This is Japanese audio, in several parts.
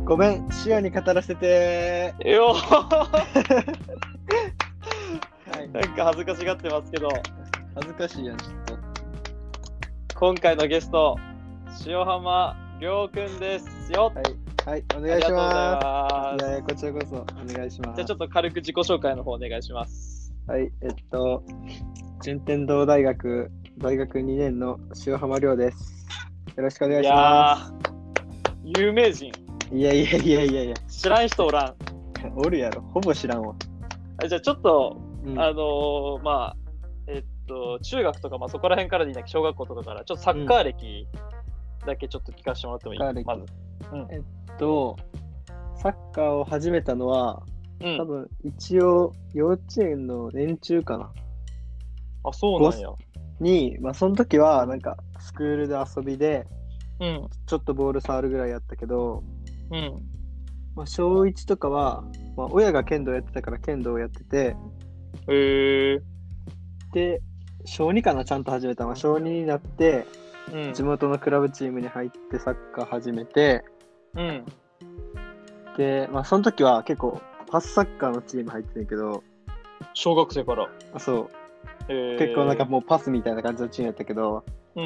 ごめん、シオに語らせて。 よはい、 なんか恥ずかしがってますけど、 恥ずかしいやん、ちょっと。 今回のゲスト、塩浜亮くんですよ。 はい、お願いします。 す。 いや、こちらこそお願いします。 じゃあちょっと軽く自己紹介の方お願いします。 はい、順天堂大学2年の塩浜亮です。よろしくお願いしまいやー、有名人。 す。いや、 知らん人おらん。 おるやろ、ほぼ知らんわ。 じゃあちょっと、 うん、 中学とか、そこら辺からでいいんだけど、小学校とかから、ちょっとサッカー歴だけちょっと聞かせてもらってもいい？ サッカー歴まず。 サッカーを始めたのは、多分一応幼稚園の年中かな。 あ、そうなんや。 に、その時はなんかスクールで遊びで、 うん。 ちょっとボール触るぐらいやったけど、 うん。 小1とかは、親が剣道やってたから剣道をやってて、で、小2かな、ちゃんと始めたのは。小2になって、地元のクラブチームに入ってサッカー始めて、で、その時は結構パスサッカーのチーム入ってるけど、 小学生から。 そう。結構なんかもうパスみたいな感じのチームやったけど、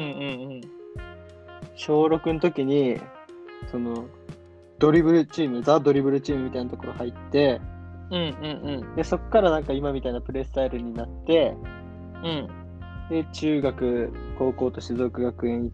小6の時に、その、ドリブルチーム、ザ・ドリブルチームみたいなところ入って、で、そっからなんか今みたいなプレースタイルになって、で、中学、高校と静岡学園行って、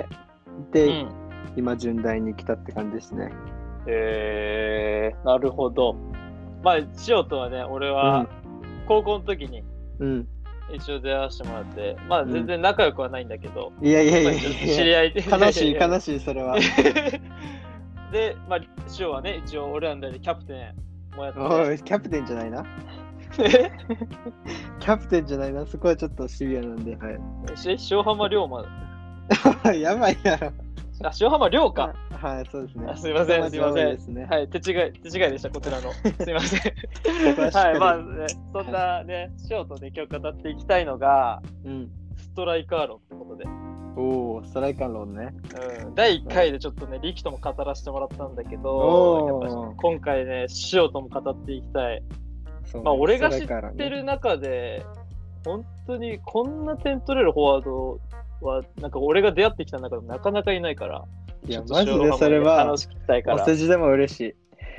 で、今、順大に来たって感じですね。 なるほど。塩とはね、俺は高校の時に一応出会わせてもらって、全然仲良くはないんだけど、 いや知り合いで。 悲しい、それは。 で、塩はね、一応俺らの代でキャプテンもやって。 おい、キャプテンじゃないな。キャプテンじゃないな、そこはちょっとシビアなんで、はい。 塩浜亮馬。 やばいやろ。 塩浜亮か。 はい、そうですね。 すいません。はい、手違いでした、こちらの。すいません。はい、そんなね、塩とね、今日語っていきたいのが、ストライカー論ってことで。 ストライカー論ね。 第1回でちょっとね、力とも語らせてもらったんだけど、やっぱ今回ね、塩とも語っていきたい。俺が知ってる中で、本当にこんな点取れるフォワードは、なんか俺が出会ってきた中でもなかなかいないから、 いや、マジでそれは、 楽しく聞きたいから。 お世辞でも嬉しい。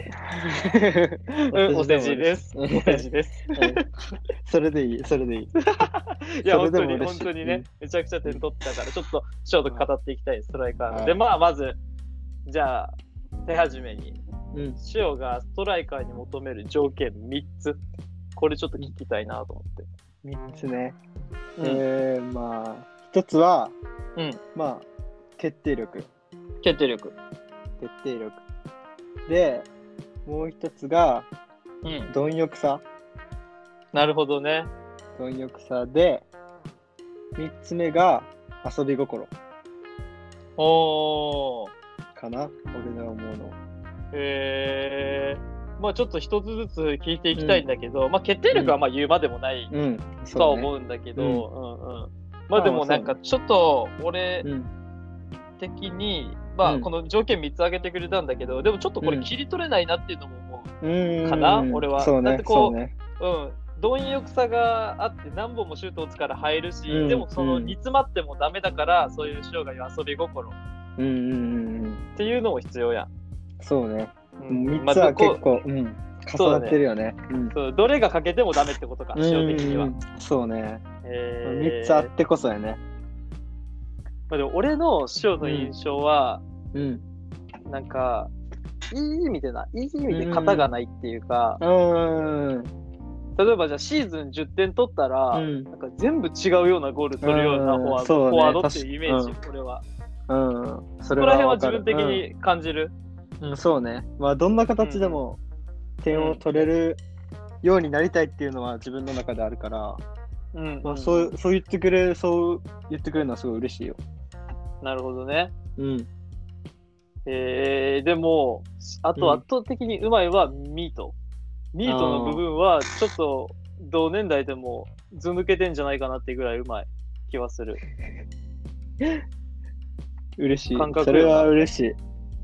お世辞です。 それでいい。いや、本当にね、めちゃくちゃ点取ってたから、ちょっとショート語っていきたいストライカーで、まず、じゃあ、手始めに、塩がストライカーに求める条件3つ。これちょっと聞きたいなと思って。 3つね。1つは、決定力。で、もう1つが、貪欲さ。 なるほどね。 貪欲さで、3つ目が遊び心。かな、俺が思うの。 ちょっと一つずつ聞いていきたいんだけど、決定力は言うまでもないとは思うんだけど、でもなんかちょっと俺的に、この条件3つ挙げてくれたんだけど、でもちょっとこれ切り取れないなっていうのも思うかな、俺は。だって貪欲さがあって何本もシュートを打つから入るし、でもその煮詰まってもダメだから、そういう塩が言う遊び心っていうのも必要やん。 そうね。3つは結構、重なってるよね。 どれが欠けてもダメってことか、塩的には。 そうね。3つあってこそやね。 でも俺の塩の印象は、なんか、いい意味で型がないっていうか、例えばじゃあシーズン10点取ったら、なんか全部違うようなゴール取るようなフォワードっていうイメージ、俺は。そこら辺は自分的に感じる。 そうね。どんな形でも点を取れるようになりたいっていうのは自分の中であるから、そう言ってくれるのはすごい嬉しいよ。 なるほどね。でも、あと圧倒的にうまいはミートの部分はちょっと同年代でもず抜けてんじゃないかなっていうぐらいうまい気はする。 嬉しい。それは嬉しい。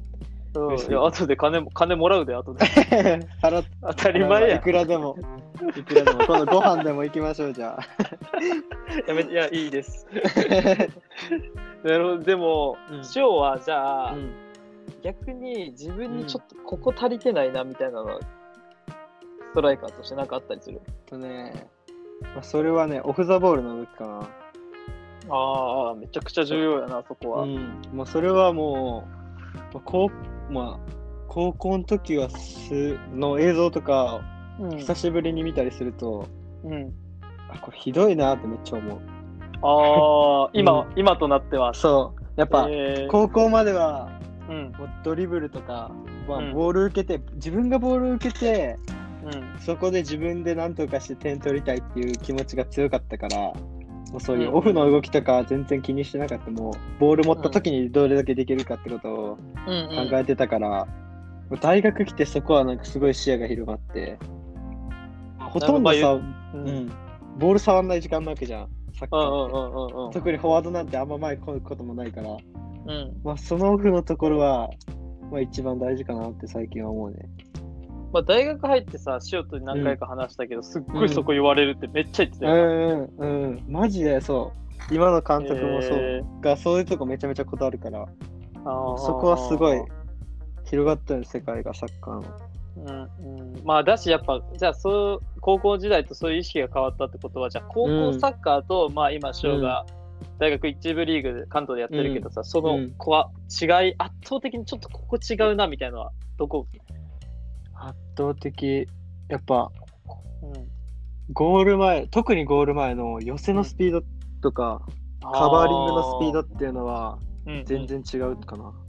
いや、後で金もらうで、後で。 払っ当たり前や。 いくらでも。今度ご飯でも行きましょう、じゃあ。 いや、いいです。なるほど、でも、翔は、じゃあ、逆に自分にちょっとここ足りてないな、みたいなのは、ストライカーとしてなんかあったりする？ それはね、オフザボールの動きかな。 ああ、めちゃくちゃ重要やな、そこは。 もうそれはもう、高校の時の映像とか、久しぶりに見たりすると、これひどいなってめっちゃ思う。 ああ、今となっては。 そう。やっぱ、高校までは、もうドリブルとか、ボール受けて、自分がボール受けて、そこで自分で何とかして点取りたいっていう気持ちが強かったから、もうそういうオフの動きとか全然気にしてなかった。もうボール持った時にどれだけできるかってことを考えてたから、大学来てそこはなんかすごい視野が広がって、ほとんどさ、ボール触んない時間なわけじゃん、サッカーって。特にフォワードなんてあんま前来ることもないから、そのオフのところは、一番大事かなって最近は思うね。 大学入ってさ、塩と何回か話したけど、すっごいそこ言われるってめっちゃ言ってたよ。 マジでそう。今の監督もそういうとこめちゃめちゃこだわるから、そこはすごい広がったよね、世界がサッカーの。 だしやっぱ、じゃあ高校時代とそういう意識が変わったってことは、じゃあ高校サッカーと、今塩が大学一部リーグで関東でやってるけどさ、その子は違い、圧倒的にちょっとここ違うなみたいなのはどこ？ 圧倒的、やっぱ、ゴール前、特にゴール前の寄せのスピードとか、カバーリングのスピードっていうのは全然違うかな。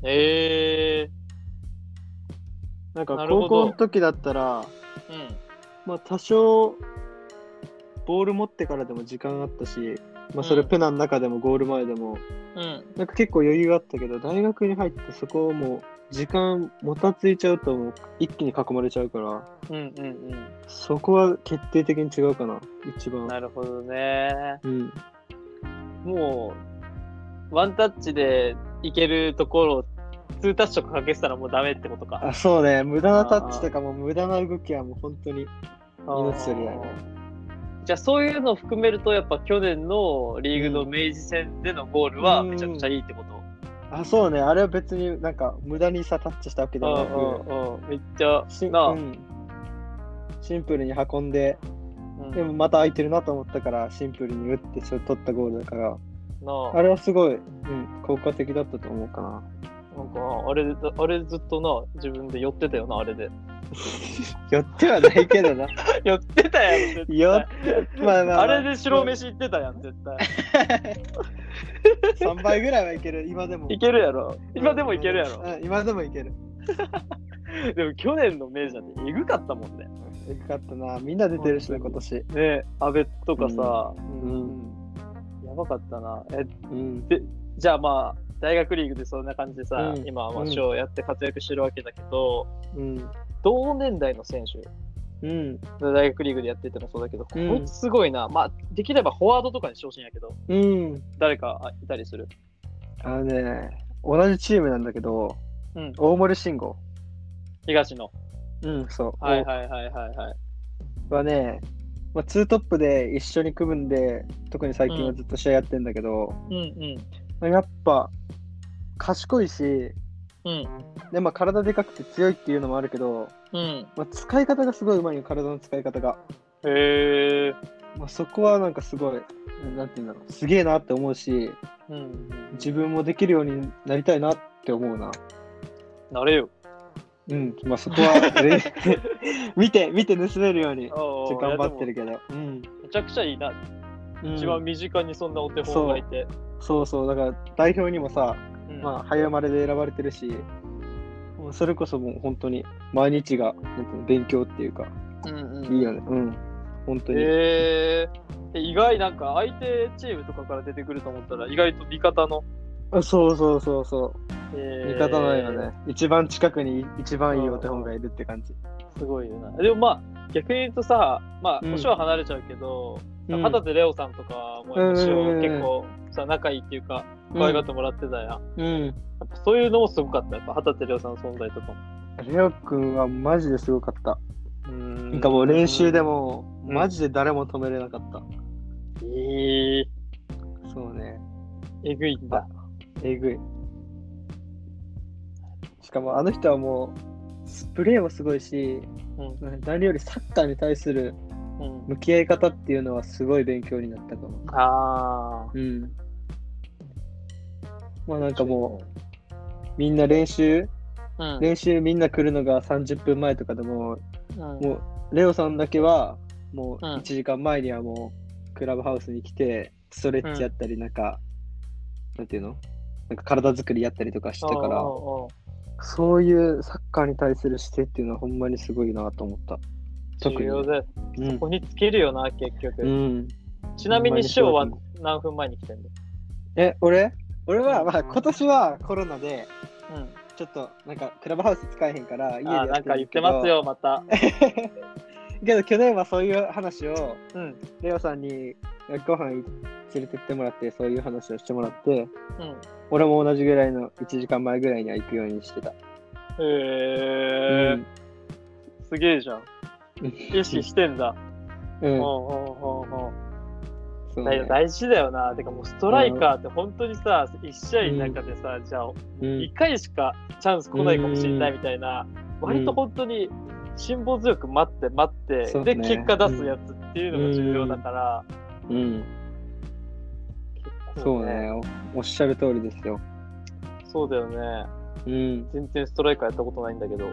なんか高校の時だったら、多少ボール持ってからでも時間あったし、それペナの中でもゴール前でも、なんか結構余裕があったけど、大学に入ってそこをもう時間もたついちゃうともう一気に囲まれちゃうから、そこは決定的に違うかな、一番。 なるほどね。もうワンタッチでいけるところを2タッチとかかけてたらもうダメってことか。 そうね、無駄なタッチとかも無駄な動きはもう本当に命取りだよね。 じゃあそういうのを含めると、やっぱ去年のリーグの明治戦でのゴールはめちゃくちゃいいってこと？ そうね、あれは別になんか無駄にタッチしたわけではなく、 めっちゃシンプルに運んで、でもまた空いてるなと思ったからシンプルに打って取ったゴールだから、あれはすごい、効果的だったと思うかな。 なんかあれずっとな、自分で寄ってたよな、あれで。 寄ってはないけどな。 寄ってたやん、絶対。あれで白飯行ってたやん、絶対。 3倍ぐらいはいける、今でも。 いけるやろ。今でもいけるやろ。 今でもいける。 でも去年の明治なんてエグかったもんね。 エグかったな。みんな出てるしね、今年。 ね、阿部とかさ、やばかったな。で、じゃあ大学リーグでそんな感じでさ、今は賞やって活躍してるわけだけど、同年代の選手、大学リーグでやっててもそうだけど、こいつすごいな。できればフォワードとかにしてほしいんやけど、誰かいたりする？ 同じチームなんだけど、大森慎吾。 東野。 そう。 はい。 はね、ツートップで一緒に組むんで、特に最近はずっと試合やってんだけど、やっぱ賢いし、で体でかくて強いっていうのもあるけど、使い方がすごい上手いよ、体の使い方が。そこはなんかすごい、なんていうんだろう、すげえなって思うし、自分もできるようになりたいなって思うな。 なれよ。 そこは見て盗めるように頑張ってるけど、 めちゃくちゃいいな。一番身近にそんなお手本がいて。 そうだから代表にもさ、早生まれで選ばれてるし、それこそもう本当に毎日が勉強っていうか、いいよね。本当に。 意外、なんか相手チームとかから出てくると思ったら意外と味方の。 そう。味方なんよね。一番近くに一番いいお手本がいるって感じ。 すごいよな。でも逆に言うとさ、年は離れちゃうけど、 畑手レオさんとかも結構さ、仲いいっていうか、可愛がってもらってたやん。やっぱそういうのもすごかった。やっぱ畑手レオさんの存在とかも。 レオくんはマジですごかった。なんかもう練習でも、マジで誰も止めれなかった。そうね。 えぐいんだ。 えぐい。しかもあの人はもう、プレーもすごいし、何よりサッカーに対する向き合い方っていうのはすごい勉強になったかも。まあなんかもう、みんな練習みんな来るのが30分前とかでも、もうレオさんだけはもう1時間前にはもうクラブハウスに来てストレッチやったりなんか、なんていうの、なんか体作りやったりとかしてから、そういうサッカーに対する姿勢っていうのはほんまにすごいなと思った。 重要で、そこにつけるよな結局。ちなみにショーは何分前に来てんの？ 俺はまあ今年はコロナで、ちょっとなんかクラブハウス使えへんから家でやってるけど。 なんか言ってますよまた。 けど去年はそういう話を、レオさんにご飯連れてってもらってそういう話をしてもらって、俺も同じぐらいの1時間前ぐらいには行くようにしてた。 すげえじゃん。意識してんだ。大事だよな。てかもうストライカーって本当にさ、1試合の中でさ、じゃあ1回しかチャンス来ないかもしれないみたいな、割と本当に辛抱強く待って、で結果出すやつっていうのが重要だから。 そうね、おっしゃる通りですよ。 そうだよね。全然ストライカーやったことないんだけど。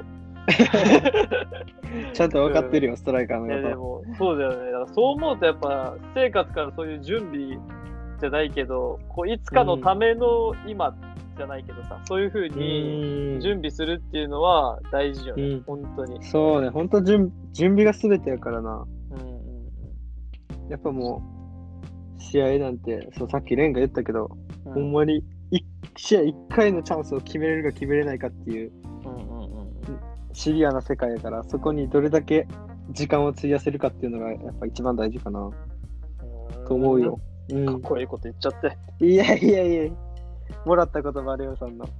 ちゃんと分かってるよ、ストライカーのこと。 でもそうだよね。だからそう思うとやっぱ生活からそういう準備じゃないけど、こういつかのための今じゃないけどさ、そういう風に準備するっていうのは大事よね、本当に。 そうね、本当準備が全てやからな。やっぱもう試合なんて、さっきレンが言ったけど、ほんまに1試合1回のチャンスを決めれるか決めれないかっていう。シビアな世界だから、そこにどれだけ時間を費やせるかっていうのがやっぱ一番大事かなと思うよ。 かっこいいこと言っちゃって。 いや、もらった言葉、レオさんの。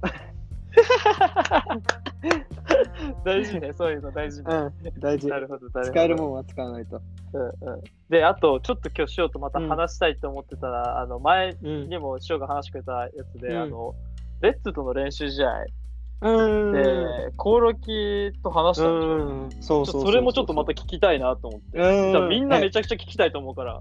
大事ね、そういうの大事ね。 大事。 なるほど。 使えるもんは使わないと。 で、あと、ちょっと今日、ショーとまた話したいと思ってたら、前にもショーが話してくれたやつで、レッツとの練習試合。で、コオロキと話したんでしょ。それもちょっとまた聞きたいなと思って。みんなめちゃくちゃ聞きたいと思うから。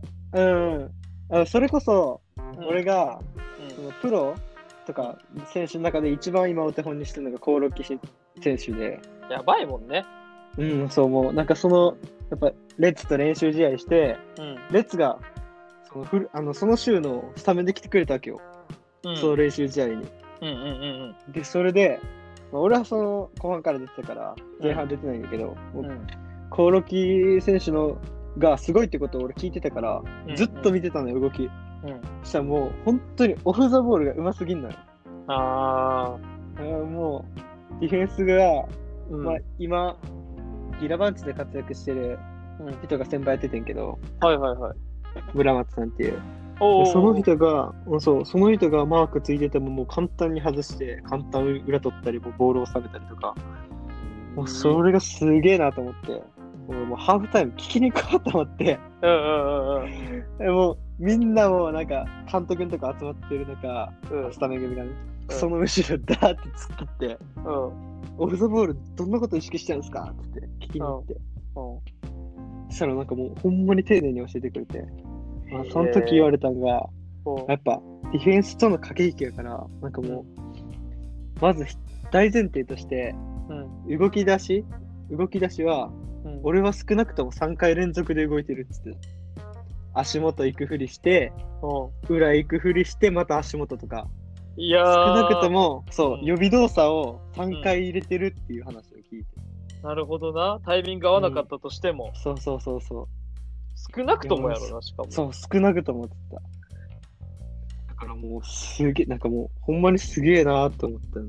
それこそ、俺が、そのプロとか選手の中で一番今お手本にしてるのがコオロキ選手で。 やばいもんね。 そう思う。なんかやっぱレッツと練習試合して、レッツがその週のスタメンで来てくれたわけよ。その練習試合に。で、それで、俺はその後半から出てたから前半出てないんだけど、コオロキ選手がすごいってことを俺聞いてたから、ずっと見てたのよ、動き。そしたらもう本当にオフザボールがうますぎんのよ。もうディフェンスが、今ギラバンチで活躍してる人が先輩やっててんけど、村松さんっていう。その人がマークついててももう簡単に外して簡単に裏取ったりもボールを収めたりとか、もうそれがすげえなと思って、もうハーフタイム聞きに行こうと思って、もうみんなもなんか監督のとこ集まってる中、スタメン組がね、その後ろダーって突っ切って、オフザボールどんなこと意識してるんですかって聞きに行って、そしたらなんかもうほんまに丁寧に教えてくれて、その時言われたのが、やっぱディフェンスとの駆け引きやから、なんかもう、まず大前提として、動き出しは、俺は少なくとも3回連続で動いてるっつって。足元行くふりして、裏行くふりして、また足元とか。少なくとも、予備動作を3回入れてるっていう話を聞いて。 なるほどな。タイミング合わなかったとしても。 そう。 少なくともやろな、しかも。 そう、少なくともって言った。だからもうすげえ、なんかもうほんまにすげえなーと思ったよ。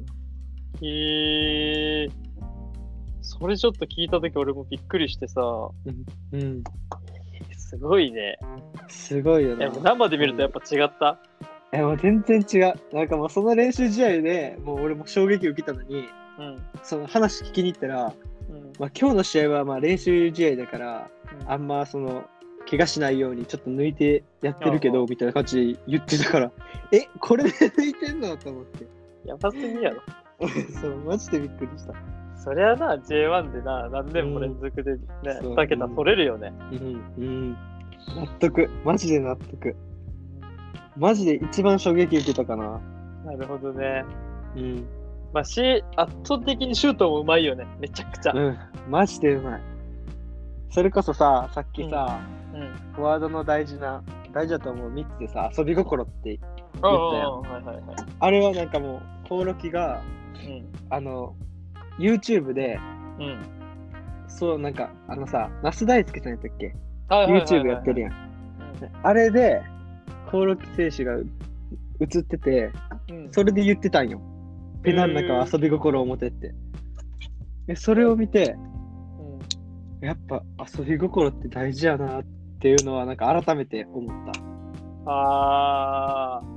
それちょっと聞いたとき俺もびっくりしてさ、 すごいね。 すごいよね。 生で見るとやっぱ違った？ もう全然違う。なんかもうその練習試合でもう俺も衝撃を受けたのに、その話聞きに行ったら、まあ、今日の試合はまあ練習試合だから、あんまその怪我しないようにちょっと抜いてやってるけどみたいな感じで言ってたから、これで抜いてんのと思って。 やばすぎやろ。 そう、マジでびっくりした。 そりゃな、J1 でな、何年も連続でね、2桁取れるよね。 納得。マジで納得。マジで一番衝撃受けたかな。 なるほどね。まあ、圧倒的にシュートもうまいよね。めちゃくちゃ。 マジでうまい。それこそさ、さっきさ、フォワードの大事だと思う3つでさ、遊び心って言ったよ。あれはなんかもう、コオロキが、YouTube で、そう、なんか、さ、那須大輔さんやったっけ？ YouTube やってるやん。あれで、コオロキ選手が映ってて、それで言ってたんよ。ペナン中は遊び心を持てって。それを見て、やっぱ遊び心って大事やなっていうのはなんか改めて思った。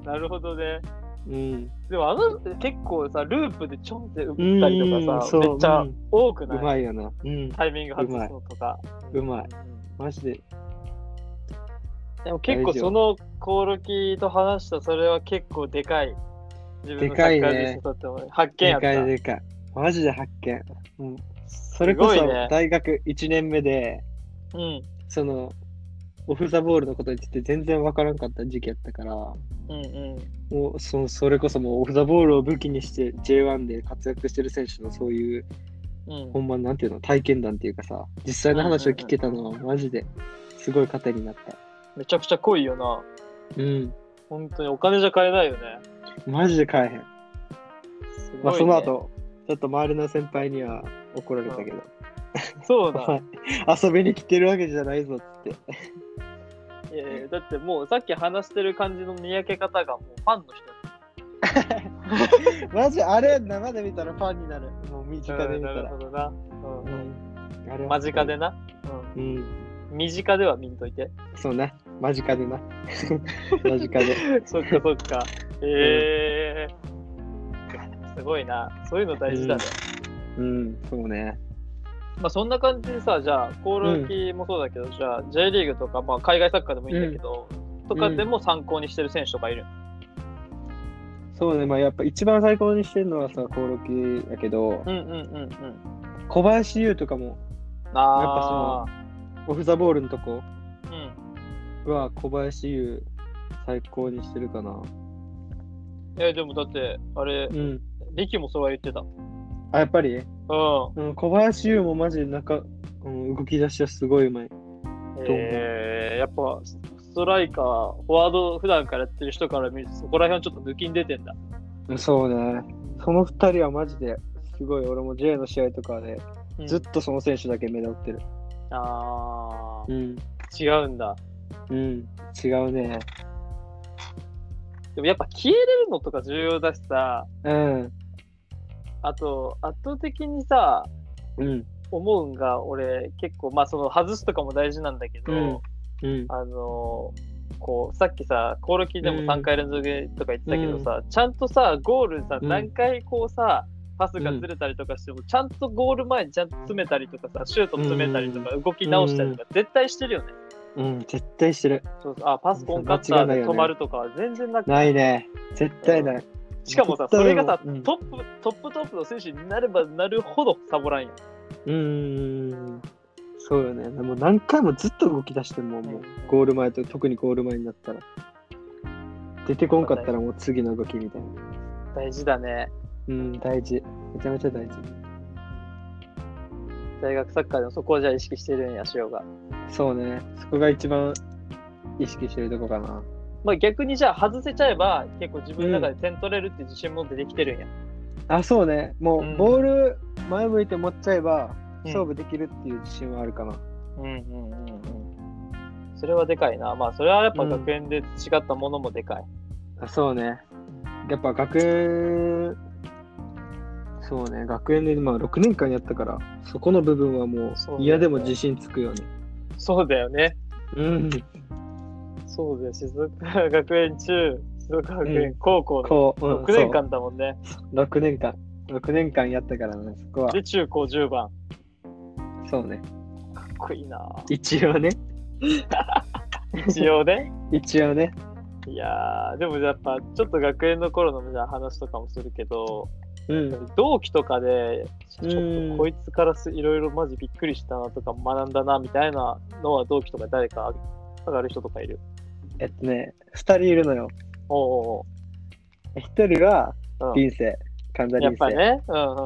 なるほどね。でも結構さ、ループでちょんって打ったりとかさ、めっちゃ多くない？ うまいよな。 タイミング外すのとか。 うまい。マジで。 でも結構そのコオロキと話したそれは結構でかい。自分のサッカー人生にとっても発見やった。 でかい。マジで発見。それこそ大学1年目で、そのオフ・ザ・ボールのことについて全然わからんかった時期やったから、もうそれこそもうオフ・ザ・ボールを武器にして J1 で活躍してる選手のそういう、ほんまなんていうの体験談っていうかさ、実際の話を聞けたのはマジですごい糧になった。 めちゃくちゃ濃いよな。本当にお金じゃ買えないよね。 マジで買えへん。まあその後ちょっと周りの先輩には怒られたけど。 そうだ。 遊びに来てるわけじゃないぞって。 だってもうさっき話してる感じの見分け方がもうファンの人。マジあれ生で見たらファンになる。もう身近で見たら。 なるほどな。間近でな。身近では見んといて。 そうね。間近でな。間近で。 そっか。すごいな。そういうの大事だね。 そうね。 まあそんな感じでさ、じゃあ、コオロキもそうだけど、じゃあ、J リーグとか、まあ海外サッカーでもいいんだけど、とかでも参考にしてる選手とかいる？ そうね、まあやっぱ一番最高にしてるのはさ、コオロキやけど、小林優とかも、やっぱその、オフ・ザ・ボールのとこは小林優最高にしてるかな。 でもだって、あれ、力もそれは言ってた。 やっぱり小林優もマジで動き出しはすごいうまい。 やっぱ、ストライカー、フォワード普段からやってる人から見ると、そこら辺ちょっと抜きに出てんだ。 そうね。その二人はマジですごい、俺も J の試合とかで、ずっとその選手だけ目立ってる。 違うんだ。 違うね。 でもやっぱ消えれるのとか重要だしさ、あと圧倒的にさ、思うんが、俺結構まあその外すとかも大事なんだけど、こうさっきさコオロキでも3回連続とか言ってたけどさ、ちゃんとさゴールさ、何回こうさパスがずれたりとかしても、ちゃんとゴール前にちゃんと詰めたりとかさ、シュート詰めたりとか、動き直したりとか、絶対してるよね。 絶対してる。 パスコンカッターで止まるとかは全然なくて。 ないね。絶対ない。 しかもさ、それがさ、トップの選手になればなるほどサボらんよ。 そうよね。もう何回もずっと動き出しても、もうゴール前と、特にゴール前になったら。出てこんかったらもう次の動きみたいな。 大事だね。 大事。めちゃめちゃ大事。 大学サッカーでもそこをじゃあ意識してるんや、塩が。 そうね。そこが一番意識してるとこかな。 まあ逆にじゃあ外せちゃえば、結構自分の中で点取れるって自信持ってできてるんや。 そうね。もうボール前向いて持っちゃえば、勝負できるっていう自信はあるかな。 それはでかいな。まあそれはやっぱ学園で培ったものもでかい。 そうね。やっぱ学園、そうね、学園でまあ6年間やったから、そこの部分はもう嫌でも自信つくよね。 そうだよね。 うん。 そうだよ、静岡学園中、静岡学園高校の6年間だもんね。 6年間。6年間やったからね、そこは。 で、中高10番。 そうね。 かっこいいな。 一応ね。 一応ね。 一応ね。 いやー、でもやっぱちょっと学園の頃の話とかもするけど、 うん、 同期とかで、ちょっとこいつからいろいろマジびっくりしたなとか学んだなみたいなのは同期とか誰か上がる人とかいる？ 2人いるのよ。 おう 1人は、臨生、神田臨生。 やっぱね。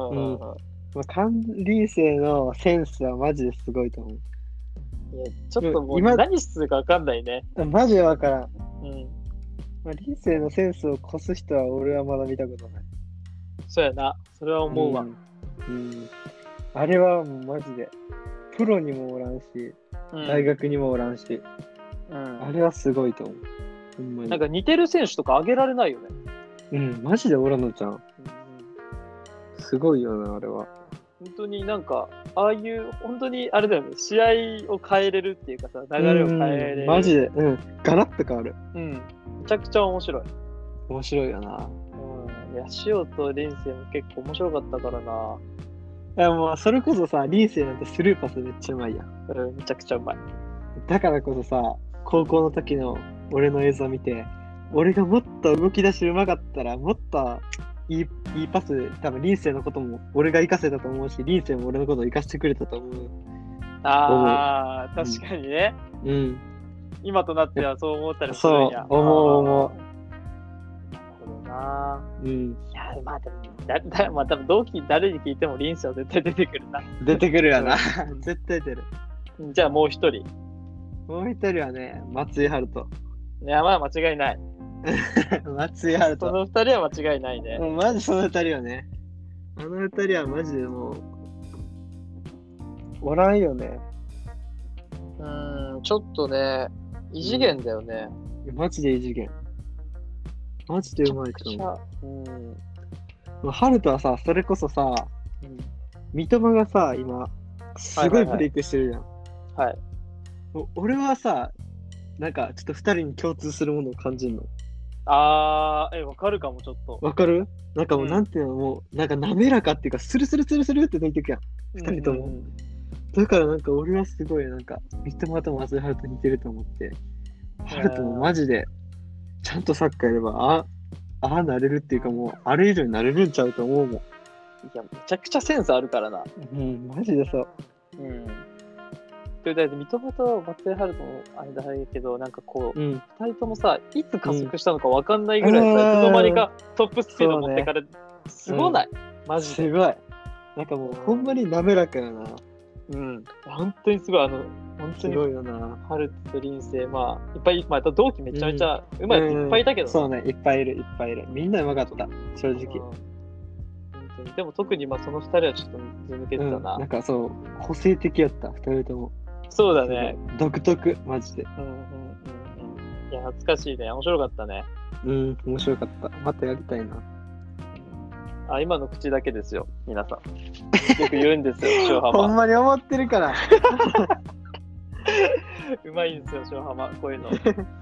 臨生のセンスはマジですごいと思う。 いや、ちょっともう何するか分かんないね。 マジで分からん。臨生のセンスを越す人は俺はまだ見たことない。 そうやな。それは思うわ。 あれはマジで、プロにもおらんし、大学にもおらんし、あれはすごいと思う。 なんか似てる選手とか挙げられないよね。 マジでおらんのちゃん。すごいよな、あれは。 本当になんか、ああいう、本当にあれだよね、試合を変えれるっていうかさ、流れを変えれる。 マジで、ガラッと変わる。 めちゃくちゃ面白い。 面白いよな。 いや、塩と臨生も結構面白かったからな。 いや、もうそれこそさ、臨生なんてスルーパスめっちゃうまいやん。 めちゃくちゃうまい。 だからこそさ、高校の時の俺の映像を見て、俺がもっと動き出しうまかったら、もっといいパス、多分臨生のことも俺が活かせたと思うし、臨生も俺のことを活かしてくれたと思う。 ああ、確かにね。今となってはそう思ったりするんや。 そう、思う。 なるほどな。いや、まあでも、多分同期誰に聞いても臨生は絶対出てくるな。 出てくるよな。絶対出る。 じゃあもう一人。 もう一人はね、松井春人。 いや、まあ間違いない。 松井春人。 その二人は間違いないね。 マジその二人はね。あの二人はマジでもう、おらんよね。 ちょっとね、異次元だよね。 マジで異次元。マジでうまいと思う。ハルトはさ、それこそさ、三笘がさ、今、すごいブレイクしてるじゃん。 はい。 俺はさ、なんかちょっと二人に共通するものを感じるの。 わかるかも、ちょっと。 わかる？なんかもう、なんていうの、もう、なんか滑らかっていうか、スルスルスルスルって抜いていくやん。二人とも。だからなんか俺はすごいなんか、三笘と松井春人似てると思って、春人もマジで、ちゃんとサッカーやれば、ああなれるっていうかもう、あれ以上になれるんちゃうと思うもん。いや、めちゃくちゃセンスあるからな。 マジでそう。 三笘と松井春人の間だけど、なんかこう、二人ともさ、いつ加速したのか分かんないぐらいさ、いつの間にかトップスピード持ってかれ、すごない？マジで。 すごい。なんかもう、ほんまに滑らかやな。 本当にすごい、本当にすごいよな。 春人と臨生、いっぱい、同期めちゃめちゃうまいやついっぱいいたけど、 そうね、いっぱいいる。みんなうまかった、正直。 本当に。でも特にその二人はちょっとず抜けてたな。 なんかそう、個性的やった、二人とも。 そうだね。 独特、マジで。 いや、懐かしいね。面白かったね。 面白かった。またやりたいな。 今の口だけですよ、皆さん。よく言うんですよ、塩浜。 ほんまに思ってるから。 うまいんですよ、塩浜、こういうの。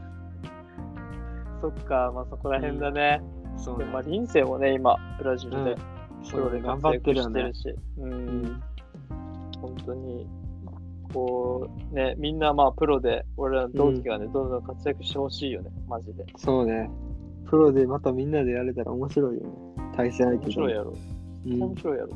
そっか、そこら辺だね。でも臨生もね、今、ブラジルで、プロで頑張ってるし。本当に、こう、ね、みんなプロで、俺らの同期がね、どんどん活躍してほしいよね、マジで。 そうね。プロでまたみんなでやれたら面白いよね。対戦相手。 面白いやろ。面白いやろ。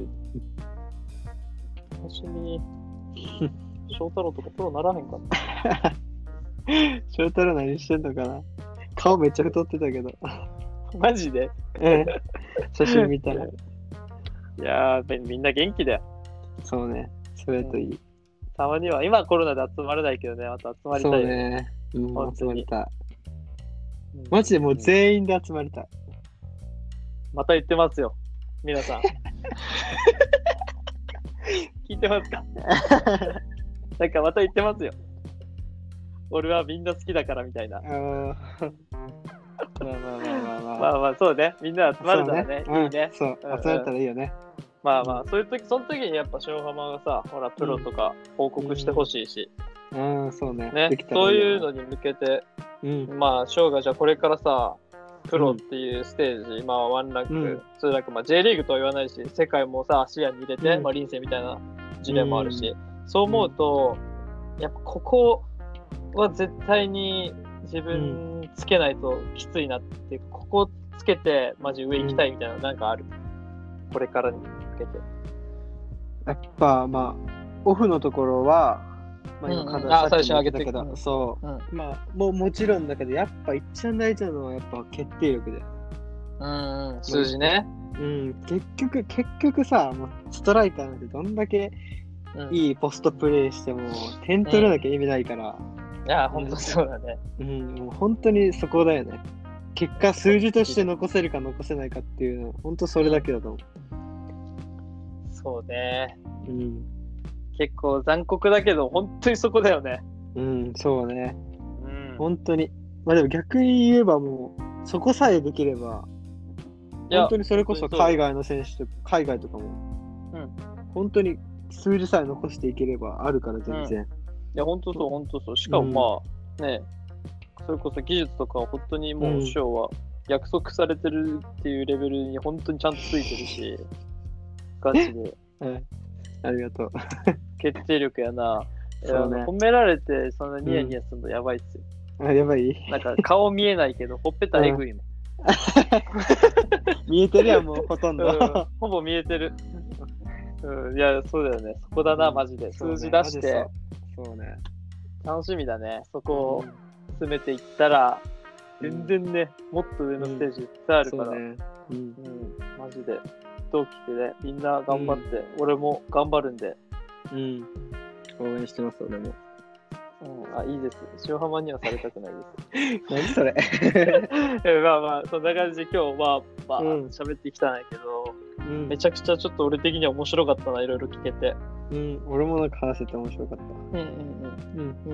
楽しみ。翔太郎とかプロならへんかな。 翔太郎何してんのかな。顔めっちゃ太ってたけど。 マジで？ 写真見たら。 いやー、みんな元気だよ。 そうね。それといい。 たまには、今コロナで集まれないけどね、また集まりたい。 そうね。集まりたい。マジでもう全員で集まりたい。 また言ってますよ、皆さん。聞いてますか？なんかまた言ってますよ。俺はみんな好きだからみたいな。そうね。みんな集まるからね。いいね。 そう、集まれたらいいよね。 そういう時、その時にやっぱ塩浜がさ、ほら、プロとか報告してほしいし。 そうね。 そういうのに向けて、まあ、翔がじゃあこれからさ、プロっていうステージ、まあ、1ランク、2ランク、まあ、J リーグとは言わないし、世界もさ、視野に入れて、まあ、臨戦みたいな事例もあるし、そう思うと、やっぱここは絶対に自分つけないときついなっていうか、ここつけて、マジ上行きたいみたいな、なんかある。これからに向けて。 やっぱ、まあ、オフのところは、まあ、今最初上げてたけど、まあ、もちろんだけど、やっぱ一番大事なのはやっぱ決定力で。 数字ね。 結局さ、ストライカーなんてどんだけいいポストプレーしても、点取らなきゃ意味ないから。 いや、ほんとそうだね。 もう本当にそこだよね。結果、数字として残せるか残せないかっていうのは、本当それだけだと思う。 そうね。結構残酷だけど、本当にそこだよね。 そうね。本当に。まあでも逆に言えばもう、そこさえできれば、本当にそれこそ海外の選手と海外とかも、本当に数字さえ残していければあるから全然。 いや、本当そう。しかもまあ、ね、それこそ技術とかは本当にもう翔は約束されてるっていうレベルに本当にちゃんとついてるし、ガチで。 ありがとう。 決定力やな。褒められてそんなニヤニヤするのやばいっすよ。 やばい？ なんか顔見えないけど、ほっぺたえぐいもん。 見えてるやん、もうほとんど。 ほぼ見えてる。いや、そうだよね。そこだな、マジで。数字出して。 そうね。 楽しみだね。そこを詰めていったら、全然ね、もっと上のステージいっぱいあるから。マジで。同期でね、みんな頑張って、俺も頑張るんで。 応援してます、俺も。 いいです。塩浜にはされたくないです。 何それまあ、そんな感じで今日は、喋ってきたんやけど、めちゃくちゃちょっと俺的には面白かったな、いろいろ聞けて。 俺もなんか話せて面白かった。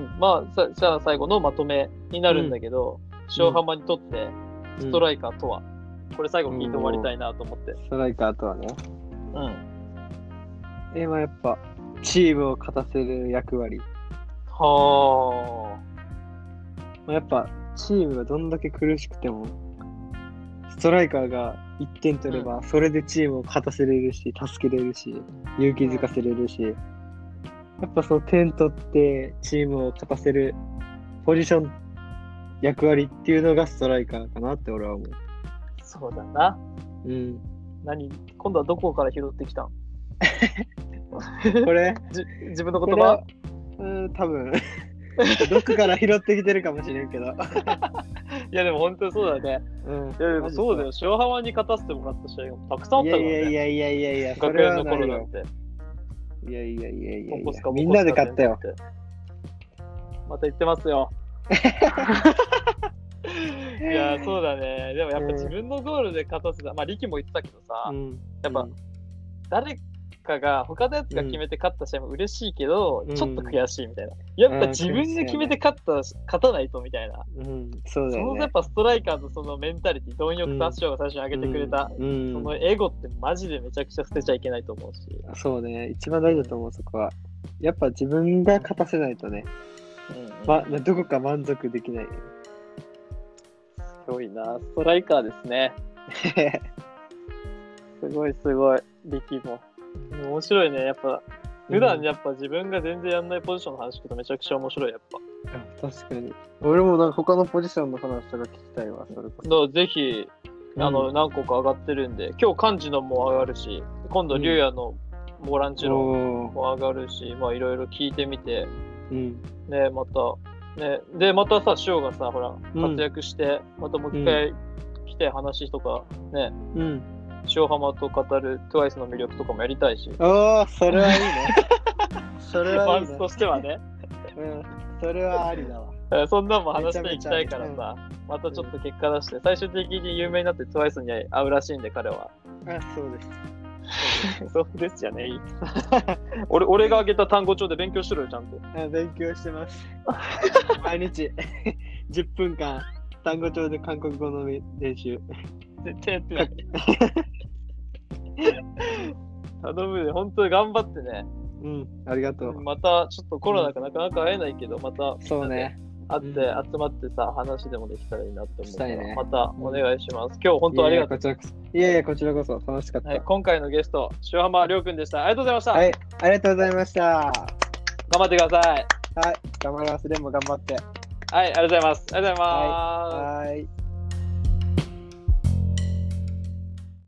まあ、じゃあ最後のまとめになるんだけど、塩浜にとってストライカーとは、これ最後聞いて終わりたいなと思って。 ストライカーとはね。まあやっぱ、チームを勝たせる役割。やっぱ、チームがどんだけ苦しくても、ストライカーが1点取れば、それでチームを勝たせれるし、助けれるし、勇気づかせれるし、やっぱその点取ってチームを勝たせるポジション、役割っていうのがストライカーかなって俺は思う。 そうだな。今度はどこから拾ってきたんこれ自分の言葉多分どっから拾ってきてるかもしれんけど。 いやでも本当にそうだね。いやでもそうだよ。塩浜に勝たせてもらった試合がたくさんあったからね。 いや学園の頃だって。 いやみんなで勝ったよ。 また言ってますよ。いやそうだね。でもやっぱ自分のゴールで勝たせた、まあ力も言ってたけどさ、やっぱ誰かが他のやつが決めて勝った試合も嬉しいけど、ちょっと悔しいみたいな。やっぱ自分で決めて勝たないとみたいな。 そうだよね。 そのやっぱストライカーのそのメンタリティ、貪欲達成が最初に挙げてくれた、そのエゴってマジでめちゃくちゃ捨てちゃいけないと思うし。そうね、一番大事だと思う、そこは。やっぱ自分が勝たせないとね、どこか満足できない。 すごいな、ストライカーですね。すごい、力も。面白いね、やっぱ。普段やっぱ自分が全然やんないポジションの話聞くとめちゃくちゃ面白い、やっぱ。確かに。俺もなんか他のポジションの話とか聞きたいわ、それこそ。 ぜひ、何個か上がってるんで、今日漢字のも上がるし、今度龍也のボランチのも上がるし、まあいろいろ聞いてみて、ね、また、ね、で、またさ、翔がさ、ほら、活躍して、またもう一回来て話とか、ね、塩浜と語る TWICE の魅力とかもやりたいし。 それはいいね。それはいいね。 ファンスとしてはね。 それはありだわ。 そんなんも話していきたいからさ、またちょっと結果出して、最終的に有名になって TWICE に会うらしいんで、彼は。 そうです。 そうですじゃねえ。俺が挙げた単語帳で勉強しろよ、ちゃんと。 勉強してます。毎日10分間単語帳で韓国語の練習。 絶対やってない。頼むね、本当に頑張ってね。 うん、ありがとう。 また、ちょっとコロナがなかなか会えないけど、また、 そうね。 会って、集まってさ、話でもできたらいいなって思うから、またお願いします。今日本当ありがとう。 いやいや、こちらこそ楽しかった。 今回のゲスト、塩浜亮君でした。ありがとうございました。 はい、ありがとうございました。頑張ってください。 はい、頑張ります。でも頑張って。 はい、ありがとうございます。ありがとうございます。 はい。